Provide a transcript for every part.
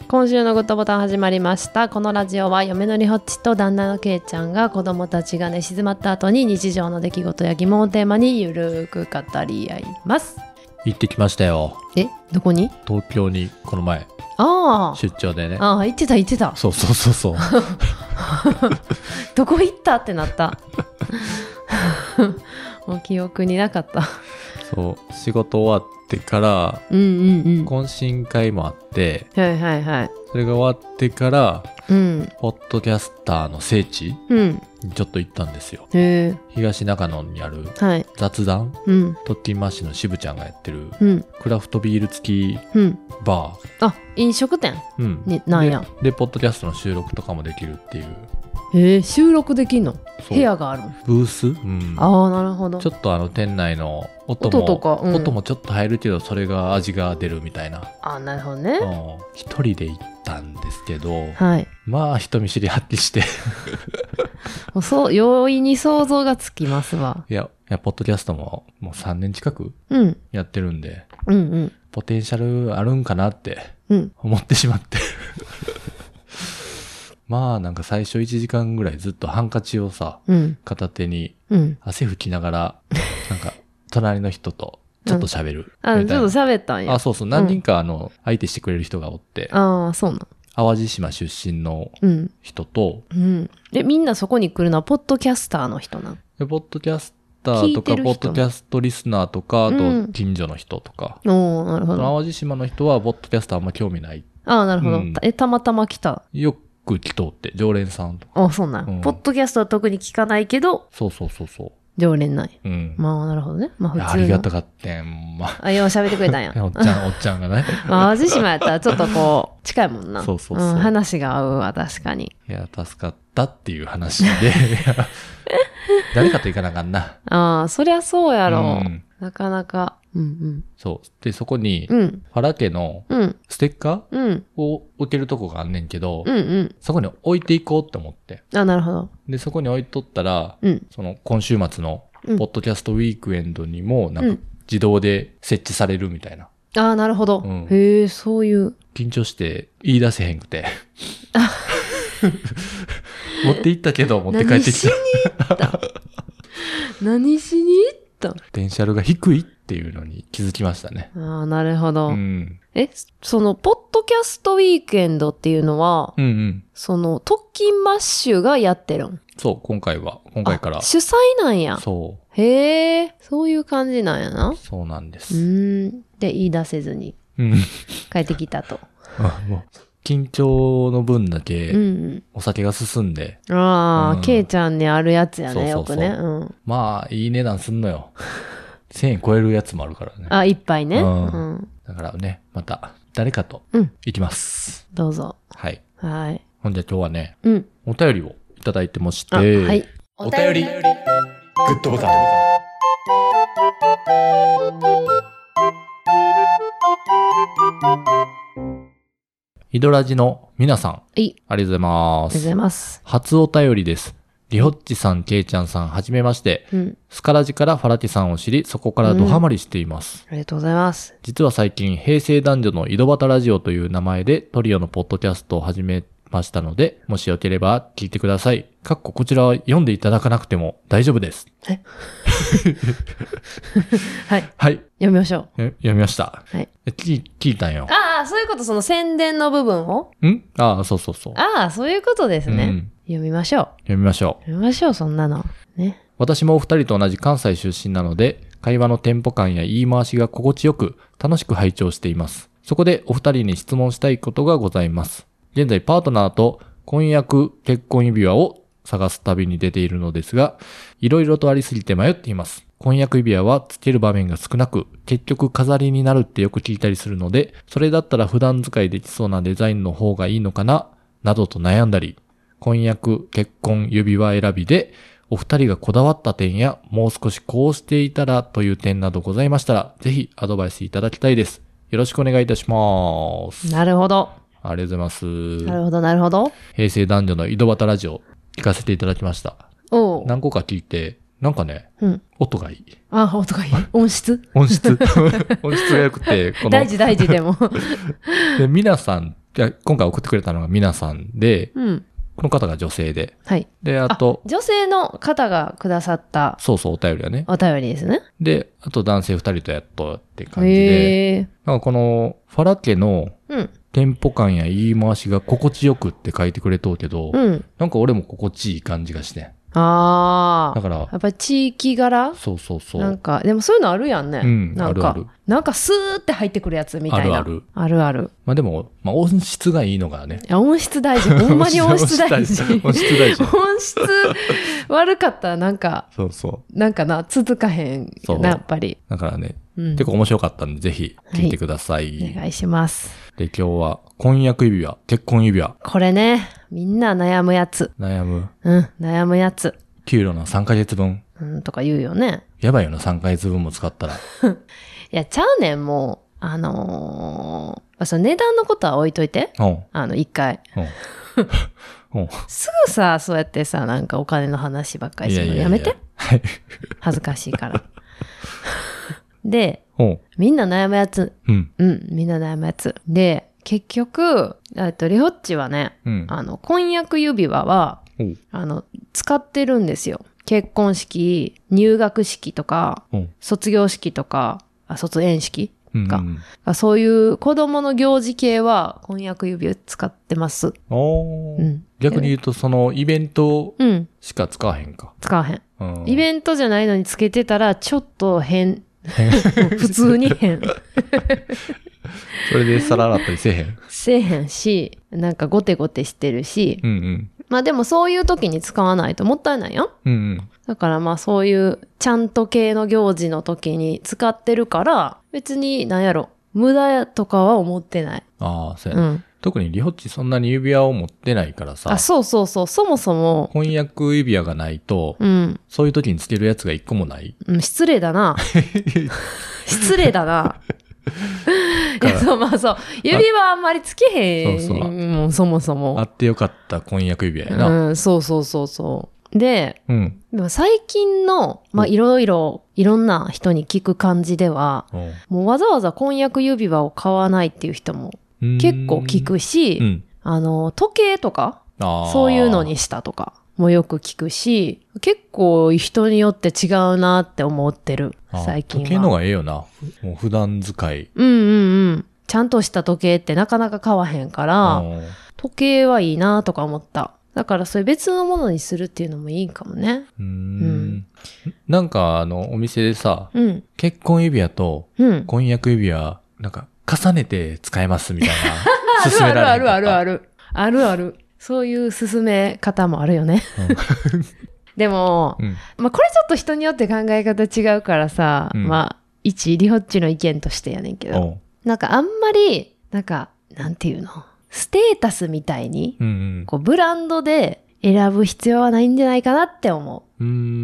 今週のグッドボタン始まりました。このラジオは嫁のりほっちと旦那のけいちゃんが子供たちが寝静まった後に日常の出来事や疑問をテーマにゆるく語り合います。 行ってきましたよ。 どこに？ 東京にこの前出張でね。 行ってた。 そうどこ行ったってなったもう記憶になかった。 そう仕事終わってから、懇親会もあって、それが終わってから、ポッドキャスターの聖地にちょっと行ったんですよ。東中野にある雑談、トッキンマッシュの渋ちゃんがやってる、クラフトビール付きバー、 飲食店、なんやでポッドキャストの収録とかもできるっていう。 収録できんの？部屋がある？ ブース、 なるほど。 ちょっと店内の音とか、 音もちょっと入るけどそれが味が出るみたいな。 なるほどね。 一人で行ったんですけど、まあ人見知り発揮してそう容易に想像がつきますわ。 いやポッドキャストもう3年近くやってるんで、ポテンシャルあるんかなって思ってしまってまあなんか最初1時間ぐらいずっとハンカチをさ、片手に汗拭きながらなんか隣の人とちょっと喋るみたいな。 ちょっと喋ったんや。 そう、何人か相手してくれる人がおって、 そうなん。 淡路島出身の人と、 みんなそこに来るのはポッドキャスターの人なん？ ポッドキャスターとかポッドキャストリスナーとか、あと近所の人とか。 なるほど。 淡路島の人はポッドキャストあんま興味ない。 なるほど。たまたま来た？ よく来とって常連さんとか。 そうなん。ポッドキャストは特に聞かないけど、 そう。 常連ない。なるほどね。普通の。 ありがたかったん。よう喋ってくれたんや。 おっちゃんがね。 淡路島やったらちょっとこう、近いもんな。 そう。 話が合うわ、確かに。 いや、助かったっていう話で。誰かと行かなあかんな。 そりゃそうやろ。なかなか。 そう。で、そこに、ファラ家のステッカーを置けるとこがあんねんけど、そこに置いていこうって思って。 なるほど。 で、そこに置いとったら、その今週末のポッドキャストウィークエンドにも、なんか自動で設置されるみたいな。 なるほど。へえ、そういう。 緊張して言い出せへんくて。持って行ったけど、持って帰ってきた。 何しに行った？ ポテンシャルが低いっていうのに気づきましたね。 なるほど。その、ポッドキャストウィークエンドっていうのは、その、特勤マッシュがやってるん？ そう、今回から。 主催なんや。 そう。 へえ、そういう感じなんやな。 そうなんです。 で、言い出せずに、帰ってきたと。 もう緊張の分だけ、お酒が進んで。 ケイちゃんにあるやつやね、よくね。 まあ、いい値段すんのよ。1000円超えるやつもあるからね。 一杯ね。 だからね、また、誰かと、行きます。 どうぞ。 はい。 ほんじゃ今日はね、お便りをいただいてまして、 お便り、グッドボタン。 イドラジの皆さん、 ありがとうございます。 ありがとうございます。 初お便りです。りほっちさん、けいちゃんさん、はじめまして。スカラジからファラティさんを知り、そこからドハマりしています。 ありがとうございます。 実は最近、平成男女の井戸端ラジオという名前でトリオのポッドキャストを始めましたので、もしよければ聞いてください。こちらは読んでいただかなくても大丈夫です。はい。 読みましょう。読みました。聞いたんよ。 そういうこと、その宣伝の部分を？ そう。 そういうことですね。読みましょう、そんなの。ね。 私もお二人と同じ関西出身なので、会話のテンポ感や言い回しが心地よく、楽しく拝聴しています。そこでお二人に質問したいことがございます。現在パートナーと婚約結婚指輪を探す旅に出ているのですが、いろいろとありすぎて迷っています。婚約指輪はつける場面が少なく、結局飾りになるってよく聞いたりするので、それだったら普段使いできそうなデザインの方がいいのかな、などと悩んだり、婚約結婚指輪選びで、お二人がこだわった点や、もう少しこうしていたらという点などございましたら、ぜひアドバイスいただきたいです。よろしくお願いいたします。 なるほど。 ありがとうございます。 なるほど。 平成男女の井戸端ラジオ、聞かせていただきました。何個か聞いて、なんかね、音がいい。 音がいい。音質音質が良くて、 大事でも。 で、皆さんで今回送ってくれたのが皆さんで、 うん。 この方が女性で。 はい。 で、あと、 女性の方がくださったそうそう、お便りはね。 お便りですね。 で、あと男性2人とやっとって感じで、 へえ。 なんかこの、ファラ家のうん。 テンポ感や言い回しが心地よくって書いてくれとうけど、 うん。 なんか俺も心地いい感じがして。 ああ。 だからやっぱり地域柄そうそうそう。 なんか、でもそういうのあるやんね。 うんなんかあるあるなんかスーって入ってくるやつみたいな。 あるある。 あるある。 まあでも、まあ音質がいいのがね。 いや、音質大事。ほんまに音質大事。 音質大事。 音質悪かったらなんか、 そうそなんかな、続かへんそうな、やっぱり。 う。だからね、 うん。 結構面白かったんで、ぜひ聞いてください。 お願いします。 で、今日は婚約指輪、結婚指輪、 これね、みんな悩むやつ。 悩む。 うん、悩むやつ。 給料の3ヶ月分。 うん、とか言うよね。 やばいよな、3ヶ月分も使ったら。 いや、ちゃうねん、もう。その値段のことは置いといて。 うん。 一回。 うん。うん。 すぐさ、そうやってさ、なんかお金の話ばっかりするのやめて。 はい。 恥ずかしいから。で、 うん。 みんな悩むやつ。 うん。 うん、みんな悩むやつ。で、結局、リホッチはね、 うん。 婚約指輪は、 おう使ってるんですよ。結婚式、入学式とか、 おう卒業式とか、卒園式か、 うんそういう子供の行事系は婚約指輪使ってます。 おーうん逆に言うと、そのイベントうん、 しか使わへんか。 使わへん。 うんイベントじゃないのにつけてたら、ちょっと変。普通に変。 それで皿洗ったりせえへん。 せえへんし、なんかゴテゴテしてるし、 うんうん。 まあでもそういう時に使わないともったいないよ。 うんうん。 だからまあそういうちゃんと系の行事の時に使ってるから、別になんやろ、無駄とかは思ってない。 ああ、そうやね。 うん。 特にリホッチそんなに指輪を持ってないからさ。 そうそうそう。そもそも、 婚約指輪がないと、 うん。 そういう時につけるやつが一個もない。 うん、失礼だな。失礼だな。いや、そう、まあそう。指輪あんまりつけへん。 そうそうもうそもそも。 あってよかった婚約指輪やな。 うん、そうそうそうそう。で、 うん。 でも最近の、まあいろいろんな人に聞く感じでは、もうわざわざ婚約指輪を買わないっていう人も結構聞くし、 うん。 時計とか、そういうのにしたとかもよく聞くし、結構人によって違うなって思ってる、最近は。 時計のがええよな。もう普段使い。 うんうんうん。ちゃんとした時計ってなかなか買わへんから、時計はいいなとか思った。だからそれ別のものにするっていうのもいいかもね。 なんかお店でさ、 うん。 結婚指輪とうん。 婚約指輪、なんか重ねて使えますみたいな。勧められあるあるある。 るある。あるある。そういう勧め方もあるよね。でも、 うん。 まあこれちょっと人によって考え方違うからさ、 うんまあ、一リホッチの意見としてやねんけど、 おうなんかあんまり、なんか、なんていうの、ステータスみたいに、 うんうん。 こうブランドで選ぶ必要はないんじゃないかなって思う。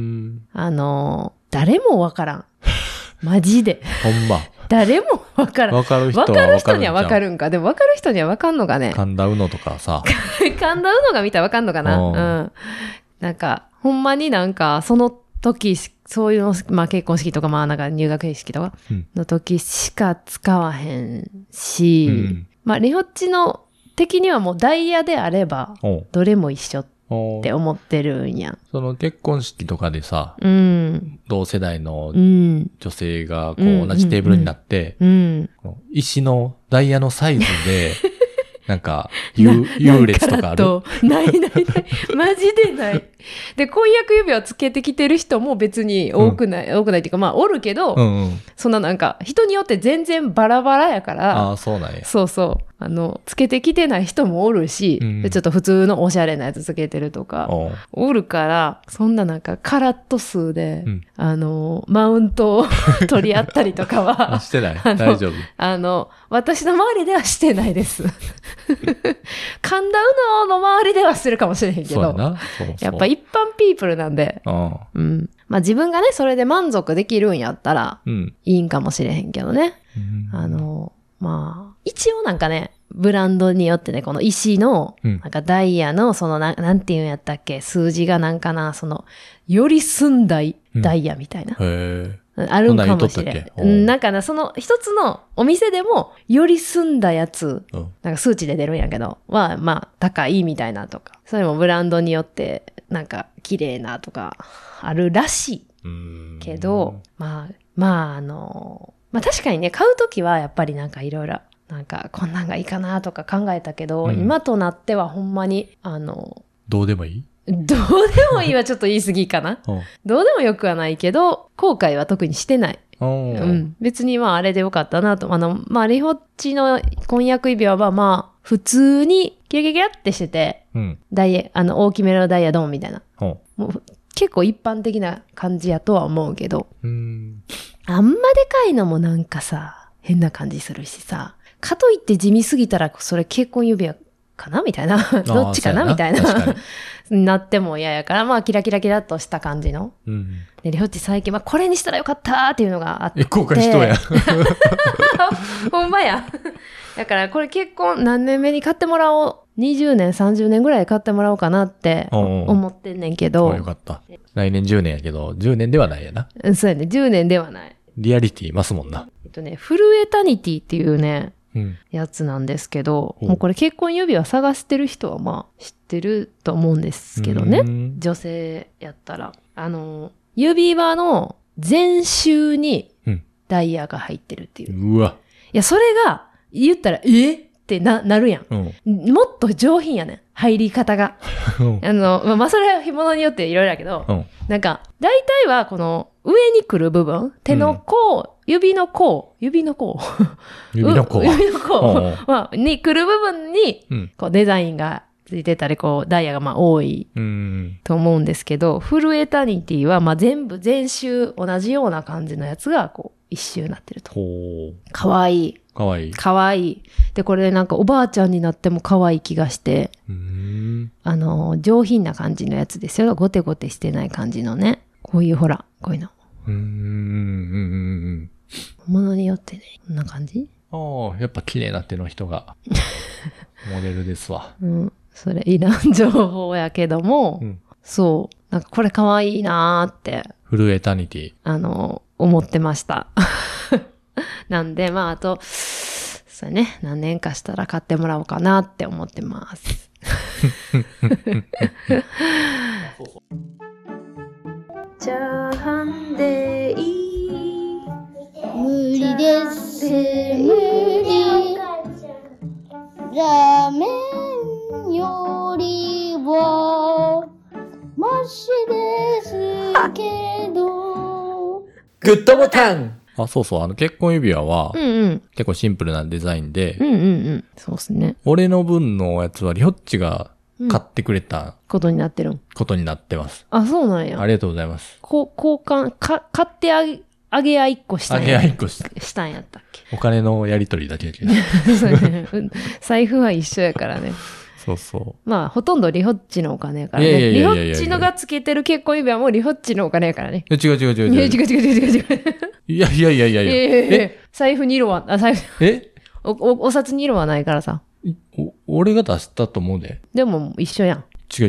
誰もわからん。マジで。 ほんま。 誰もわからん。 わかる人はわかる人にはわかるるんか。でもわかる人にはわかんのかね。 神田うのとかさ。 神田うのが見たらわかんのかな。 うんうん。なんか、ほんまになんか、その時、そういうの、まあ結婚式とか、まあなんか入学式とかうんの時しか使わへんし、 うんまあリホッチの的にはもうダイヤであれば、 おうどれも一緒っおうて思ってるんや。 その結婚式とかでさ、 うん。 同世代のうん。 女性がこうんう同じテーブルになって、 うん。 この石のダイヤのサイズで、なんか、優劣とかある。 ないないない。マジでない。で、婚約指輪つけてきてる人も別に多くない、多くないっていうか、まあ、おるけど、 うんうん。 そんななんか、人によって全然バラバラやから、 ああ、そうなんや。 そうそう。つけてきてない人もおるし、 うんでちょっと普通のおしゃれなやつつけてるとか、 おうおるから、そんななんかカラット数で、 うんマウントを取り合ったりとかあ、 は、 してない。大丈夫。 私の周りではしてないです。神田うのの周りではしてるかもしれへんけど、 そうやな。そうそう。 やっぱ一般ピープルなんで、うん。まあ自分がね、それで満足できるんやったら、 うん。 いいんかもしれへんけどね。まあ、一応なんかね、ブランドによってね、この石の、 うんなんかダイヤの、なんていうんやったっけ、数字がなんかな、より澄んだダイヤみたいな。 へえ。 あるんかもしれん。 そんなん言うとったっけなんかな、その一つのお店でも、より澄んだやつ、 うん。 なんか数値で出るんやけど、は、まあ、高いみたいなとか、それもブランドによって、なんか、綺麗なとか、あるらしい。けど、まあ確かにね、買うときはやっぱりなんかいろいろ、なんかこんなんがいいかなとか考えたけど、今となってはほんまに、 どうでもいい？ どうでもいいはちょっと言い過ぎかな。 うん。 どうでもよくはないけど、後悔は特にしてない。別にまああれでよかったなと。リホッチの婚約指輪はまあ、普通にキラキラキラってしてて、大きめのダイヤドンみたいな。もう結構一般的な感じやとは思うけど、あんまでかいのもなんかさ、変な感じするしさ、かといって地味すぎたらそれ結婚指輪かなみたいな。どっちかなみたいな。なっても嫌やから、まあキラキラキラっとした感じの。で、リホッチ最近、これにしたらよかったっていうのがあって。 後悔しとうや。 ほんまや。だからこれ結婚何年目に買ってもらおう。20年、30年ぐらい買ってもらおうかなって思ってんねんけど。 よかった。来年10年やけど、10年ではないやな。 そうやね、10年ではない。 リアリティ増すもんな。 フルエタニティっていうね、やつなんですけど、もうこれ結婚指輪探してる人はまあ知ってると思うんですけどね。女性やったら。指輪の全周にダイヤが入ってるっていう。 うわ。 いや、それが言ったら、ってなるやん。もっと上品やねん。入り方が。それは干物によっていろいろやけど、なんか、大体はこの上に来る部分、手の甲、指の甲に来る部分に、こうデザインがついてたり、こうダイヤがまあ多いと思うんですけど、フルエタニティはまあ全周同じような感じのやつがこう一周になってると。かわいい。かわいい。で、これなんかおばあちゃんになっても可愛い気がして、上品な感じのやつですよ。ゴテゴテしてない感じのね。こういうほら、こういうの。ものによってね、こんな感じ？ やっぱ綺麗な手の人が、モデルですわ。 それいらん情報やけども、そう。なんかこれ可愛いなーって。 フルエタニティ。 思ってました。なんで、まあ、あと、そうね、何年かしたら買ってもらおうかなって思ってます。チャーハンでいい。 無理です。無理。ラーメンよりはマシですけど。 グッドボタン。そうそう、結婚指輪は、結構シンプルなデザインで、 そうですね。 俺の分のやつはリホッチが買ってくれた、 ことになってるん。 ことになってます。 そうなんや。 ありがとうございます。 交換、買ってあげ合いっこしたんや。したんやったっけ。 お金のやり取りだけやけど。 財布は一緒やからね。 そうそう。 まあ、ほとんどリホッチのお金やからね。リホッチのがつけてる結婚指輪もリホッチのお金やからね。 違う。 違う。 いや。 財布に色は、財布。お札に色はないからさ。 俺が出したと思うで。 でも一緒やん。 違う。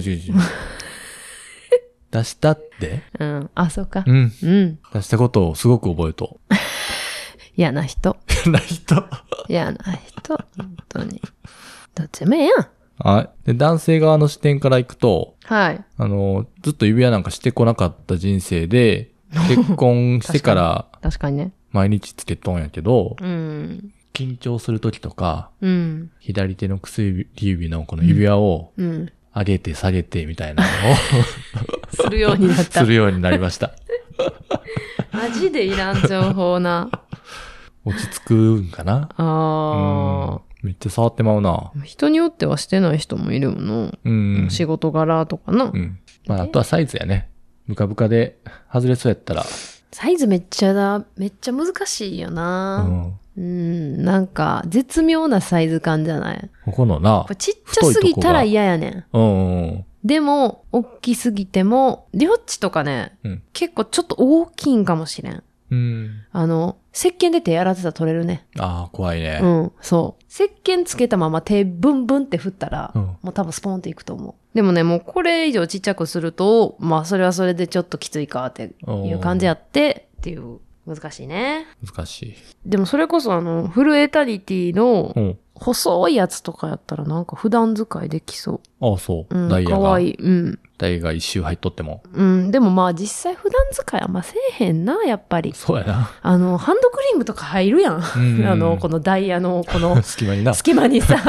出したって？ そうか。 出したことをすごく覚えと。 嫌な人。嫌な人。本当に。どっちもええやん。 で、男性側の視点からいくと、ずっと指輪なんかしてこなかった人生で、結婚してから、 確かにね。 毎日つけとんやけど、緊張するときとか、左手の薬指のこの指輪を、上げて下げてみたいなのをするようになった。 するようになりました。 マジでいらん情報な。 落ち着くんかな？めっちゃ触ってまうな。 人によってはしてない人もいるもの。仕事柄とかな。 あとはサイズやね。ブカブカで外れそうやったら。 サイズめっちゃ難しいよな。なんか、絶妙なサイズ感じゃない？ ここのな。 ちっちゃすぎたら嫌やねん。でも、大きすぎても、リホッチとかね、結構ちょっと大きいんかもしれん。石鹸で手洗ってたら取れるね。 怖いね。 そう。石鹸つけたまま手ブンブンって振ったら、もう多分スポーンっていくと思う。でもね、もうこれ以上ちっちゃくすると、まあそれはそれでちょっときついかっていう感じやって、っていう難しいね。 難しい。 でもそれこそフルエタニティのうん。 細いやつとかやったらなんか普段使いできそああ、そう。 う。うん、 ダイヤが。 かわいい。うん。 ダイヤが一周入っとっても。 うん。でもまあ実際普段使いあんませえへんな、やっぱり。 そうやな。 ハンドクリームとか入るやん。 うんこのダイヤのこの隙間にな。 隙間にさ。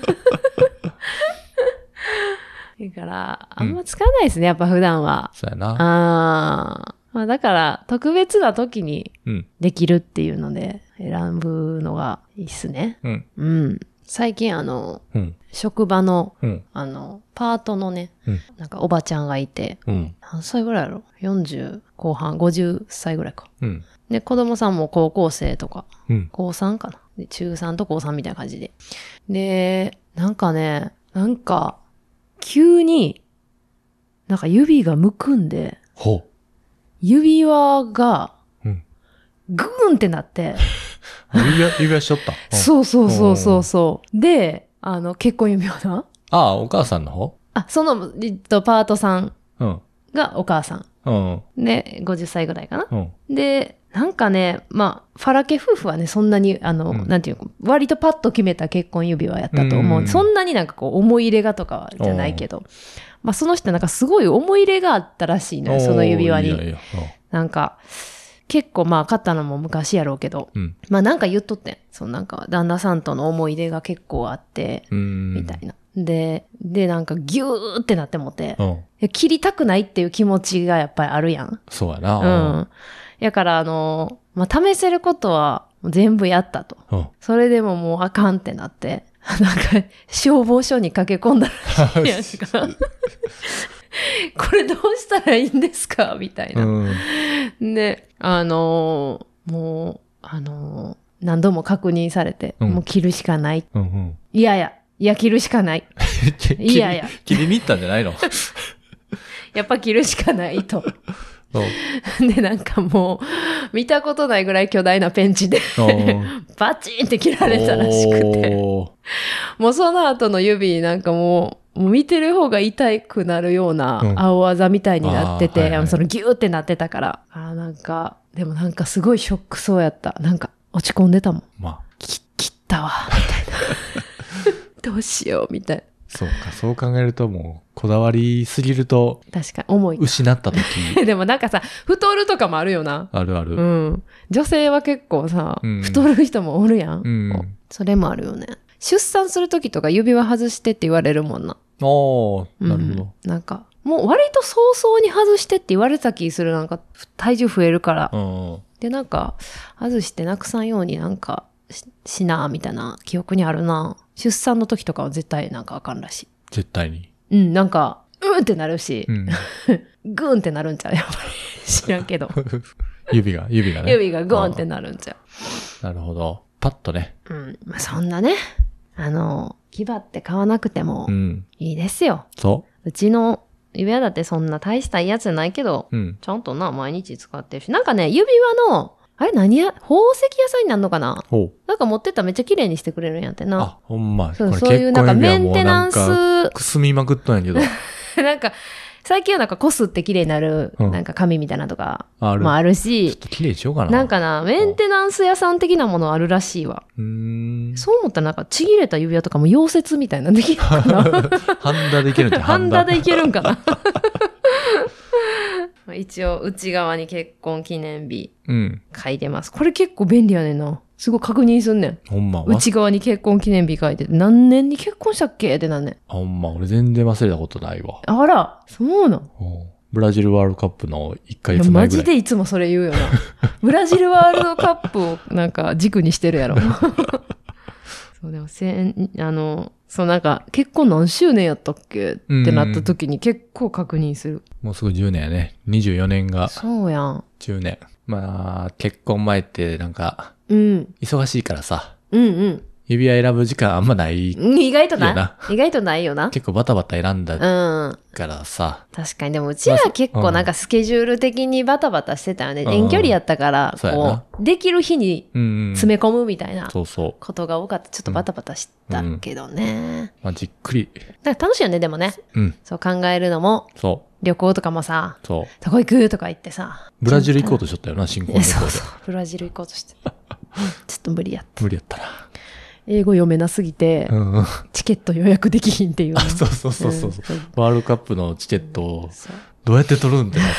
だから、あんま使わないですね、やっぱ普段は。 そうやな。 まあだから、特別な時にうん。 できるっていうので、選ぶのがいいっすね。 うん。 うん。最近うん。 職場の、 うん。 パートのね、 うん。 なんかおばちゃんがいて、 うん。 何歳ぐらいやろ ?40 後半、50歳ぐらいか。 うん。 で、子供さんも高校生とか、 うん。 高3かな。で、中3と高3みたいな感じで。で、なんかね、急に、なんか指がむくんで、 ほ指輪が、 う。うん。 グーンってなって、 指輪しとった。 そうそうそうそうそう。で、結婚指輪な。 ああ、お母さんの方パートさんうん。 がお母さん。 うん。 で、50歳ぐらいかな。 うん。 で、なんかね、まあ、ファラケ夫婦はね、そんなに、なんていうの、割とパッと決めた結婚指輪やったと思う。そんなになんかこう、思い入れがとかじゃないけど。まあ、その人なんかすごい思い入れがあったらしいのよ、その指輪に。 いやいやなんか、結構まあ、買ったのも昔やろうけど、 うん。 まあなんか言っとってん。なんか、旦那さんとの思い出が結構あって、みたいな。で、なんかギューってなってもって、切りたくないっていう気持ちがやっぱりあるやん。 そうやな。 うん。やからまあ、試せることは全部やったと。それでももうあかんってなって、なんか消防署に駆け込んだらしいやんか。これどうしたらいいんですかみたいな。で、もう、何度も確認されて、もう切るしかない。いや、切るしかない。いや。 切りに行ったんじゃないのやっぱ切るしかないと。で、なんかもう、見たことないぐらい巨大なペンチでバチンって切られたらしくて。もうその後の指、なんかもう見てる方が痛くなるような青あざみたいになってて、そのギューってなってたから。なんか、でもなんかすごいショックそうやった。なんか落ち込んでたもん。切ったわ、みたいな。どうしよう、みたいな。 そうか、そう考えるともう、こだわりすぎると、 確かに、重い。 失った時。 でもなんかさ、太るとかもあるよな。 あるある。 うん。女性は結構さ、太る人もおるやん。それもあるよね。出産する時とか指輪外してって言われるもんな。 なるほど。 なんか、もう割と早々に外してって言われた気する。なんか、体重増えるから。で、なんか、外してなくさんようになんか、しな、みたいな記憶にあるな。出産の時とかは絶対なんかあかんらしい。 絶対に。 なんか、うんってなるし、グーンってなるんちゃうやっぱり。知らんけど。 指がね。 指がグーンってなるんちゃう。なるほど。パッとね。 まあ、そんなね、牙って買わなくてもいいですよ。うちの指輪だってそんな大したいいやつじゃないけど、ちゃんとな、毎日使ってるし。なんかね、指輪の、あれ宝石屋さんになるのかな？なんか持ってったらめっちゃ綺麗にしてくれるんやってな。 あ、ほんま。 そういうなんかメンテナンス。 くすみまくっとんやけど。 なんか、最近はなんかこすって綺麗になる、なんか紙みたいなのとかもあるし。 ちょっと綺麗にしようかな。 なんかな、メンテナンス屋さん的なものあるらしいわ。そう思ったらなんかちぎれた指輪とかも溶接みたいなのできるかな。 ハンダでいけるんじゃん。 ハンダでいけるんかな。一応、内側に結婚記念日書いてます。これ結構便利やねんな。すごい確認すんねん。 ほんま。 内側に結婚記念日書いてて、何年に結婚したっけってなんねん。 ほんま、俺全然忘れたことないわ。 あら、そうなん。 ブラジルワールドカップの1ヶ月前ぐらい。 マジでいつもそれ言うよな。ブラジルワールドカップをなんか軸にしてるやろ。そうでもそうなんか結婚何周年やったっけってなった時に結構確認する。 もうすぐ10年やね。24年が。 そうやん。 10年。まあ、結婚前ってなんか、忙しいからさ。指輪選ぶ時間あんまない。 意外とないよな。 結構バタバタ選んだからさ。 確かに。でもうちは結構なんかスケジュール的にバタバタしてたよね。遠距離やったから、こう、できる日に詰め込むみたいなことが多かった。ちょっとバタバタしたけどね。 まあじっくり。 だから楽しいよね、でもね。そう考えるのも。 そう。 旅行とかもさ、 そう。 どこ行くとか言ってさ。 ブラジル行こうとしとったよな、新婚旅行で。 そうそう。ブラジル行こうとして。ちょっと無理やった。 無理やったな。 英語読めなすぎて、チケット予約できひんっていう。 そうそうそうそう。ワールドカップのチケットをどうやって取るんってなって。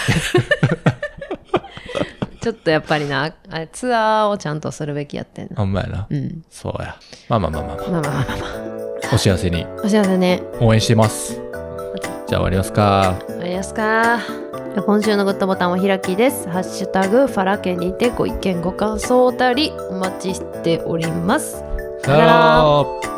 ちょっとやっぱりな、ツアーをちゃんとするべきやってんな。 あんまやな。うん。そうや。まあ。お幸せに。 お幸せね。 応援してます。じゃあ終わりますか。 今週のグッドボタンお開きです。ハッシュタグファラケにてご意見ご感想たりお待ちしております。 さよなら。